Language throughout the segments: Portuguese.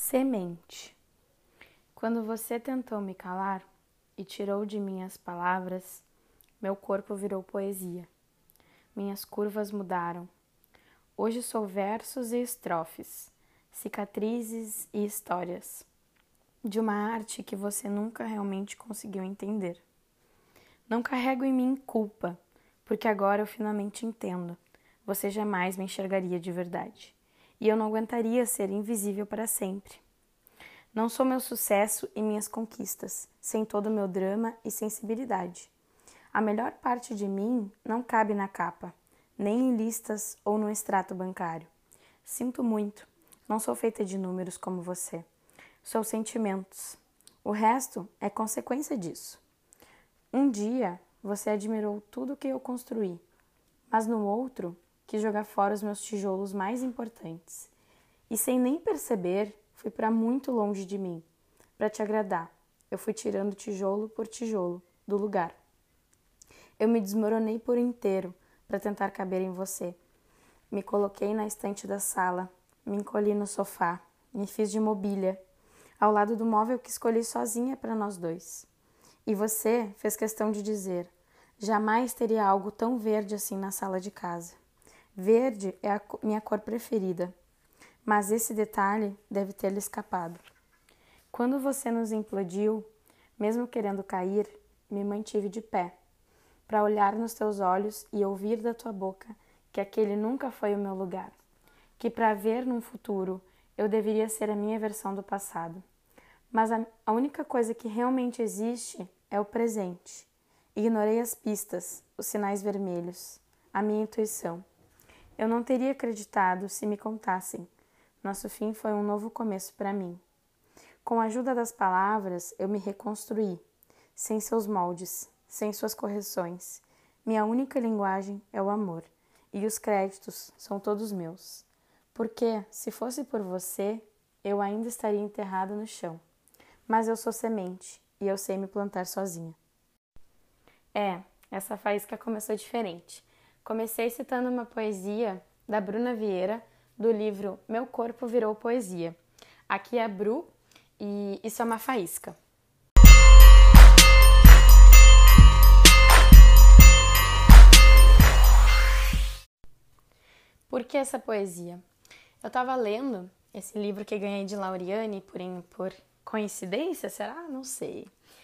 Semente. Quando você tentou me calar e tirou de mim as palavras, meu corpo virou poesia. Minhas curvas mudaram. Hoje sou versos e estrofes, cicatrizes e histórias, de uma arte que você nunca realmente conseguiu entender. Não carrego em mim culpa, porque agora eu finalmente entendo. Você jamais me enxergaria de verdade. E eu não aguentaria ser invisível para sempre. Não sou meu sucesso e minhas conquistas, sem todo o meu drama e sensibilidade. A melhor parte de mim não cabe na capa, nem em listas ou no extrato bancário. Sinto muito, não sou feita de números como você. Sou sentimentos. O resto é consequência disso. Um dia você admirou tudo que eu construí, mas no outro quis jogar fora os meus tijolos mais importantes. E sem nem perceber, fui para muito longe de mim. Para te agradar, eu fui tirando tijolo por tijolo do lugar. Eu me desmoronei por inteiro para tentar caber em você. Me coloquei na estante da sala, me encolhi no sofá, me fiz de mobília, ao lado do móvel que escolhi sozinha para nós dois. E você fez questão de dizer: jamais teria algo tão verde assim na sala de casa. Verde é a minha cor preferida, mas esse detalhe deve ter lhe escapado. Quando você nos implodiu, mesmo querendo cair, me mantive de pé, para olhar nos teus olhos e ouvir da tua boca que aquele nunca foi o meu lugar, que para ver num futuro eu deveria ser a minha versão do passado. Mas a única coisa que realmente existe é o presente. Ignorei as pistas, os sinais vermelhos, a minha intuição. Eu não teria acreditado se me contassem. Nosso fim foi um novo começo para mim. Com a ajuda das palavras, eu me reconstruí, sem seus moldes, sem suas correções. Minha única linguagem é o amor, e os créditos são todos meus. Porque, se fosse por você, eu ainda estaria enterrada no chão. Mas eu sou semente, e eu sei me plantar sozinha. Essa faísca começou diferente. Comecei citando uma poesia da Bruna Vieira, do livro Meu Corpo Virou Poesia. Aqui é a Bru e isso é uma faísca. Por que essa poesia? Eu estava lendo esse livro que ganhei de Lauriane por coincidência, será? Não sei.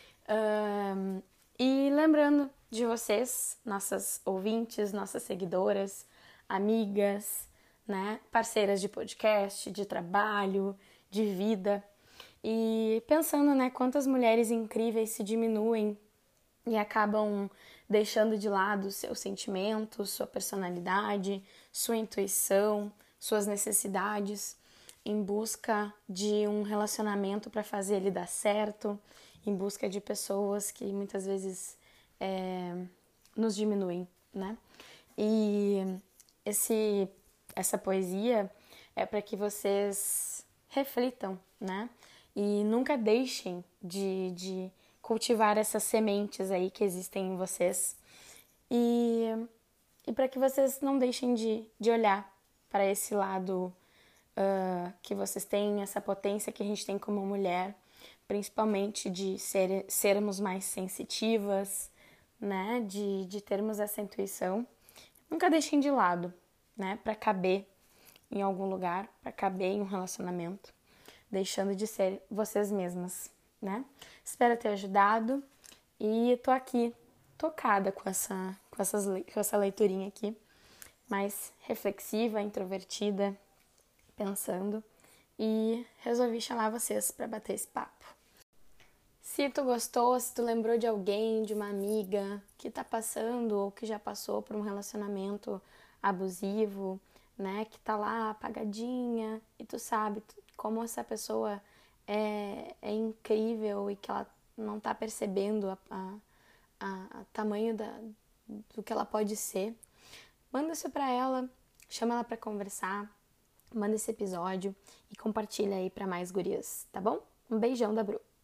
E lembrando de vocês, nossas ouvintes, nossas seguidoras, amigas, né, parceiras de podcast, de trabalho, de vida. E pensando, né, quantas mulheres incríveis se diminuem e acabam deixando de lado seus sentimentos, sua personalidade, sua intuição, suas necessidades, em busca de um relacionamento para fazer ele dar certo, em busca de pessoas que muitas vezes nos diminuem, né? E essa poesia é para que vocês reflitam, né? E nunca deixem de cultivar essas sementes aí que existem em vocês. E para que vocês não deixem de olhar para esse lado que vocês têm, essa potência que a gente tem como mulher, principalmente de sermos mais sensitivas, né? De termos essa intuição. Nunca deixem de lado, né? Para caber em algum lugar, para caber em um relacionamento, deixando de ser vocês mesmas, né? Espero ter ajudado e tô aqui tocada com essa leiturinha aqui, mais reflexiva, introvertida, pensando, e resolvi chamar vocês para bater esse papo. Se tu gostou, se tu lembrou de alguém, de uma amiga que tá passando ou que já passou por um relacionamento abusivo, né, que tá lá apagadinha e tu sabe como essa pessoa é incrível e que ela não tá percebendo a tamanho do que ela pode ser, manda isso pra ela, chama ela pra conversar, manda esse episódio e compartilha aí pra mais gurias, tá bom? Um beijão da Bru.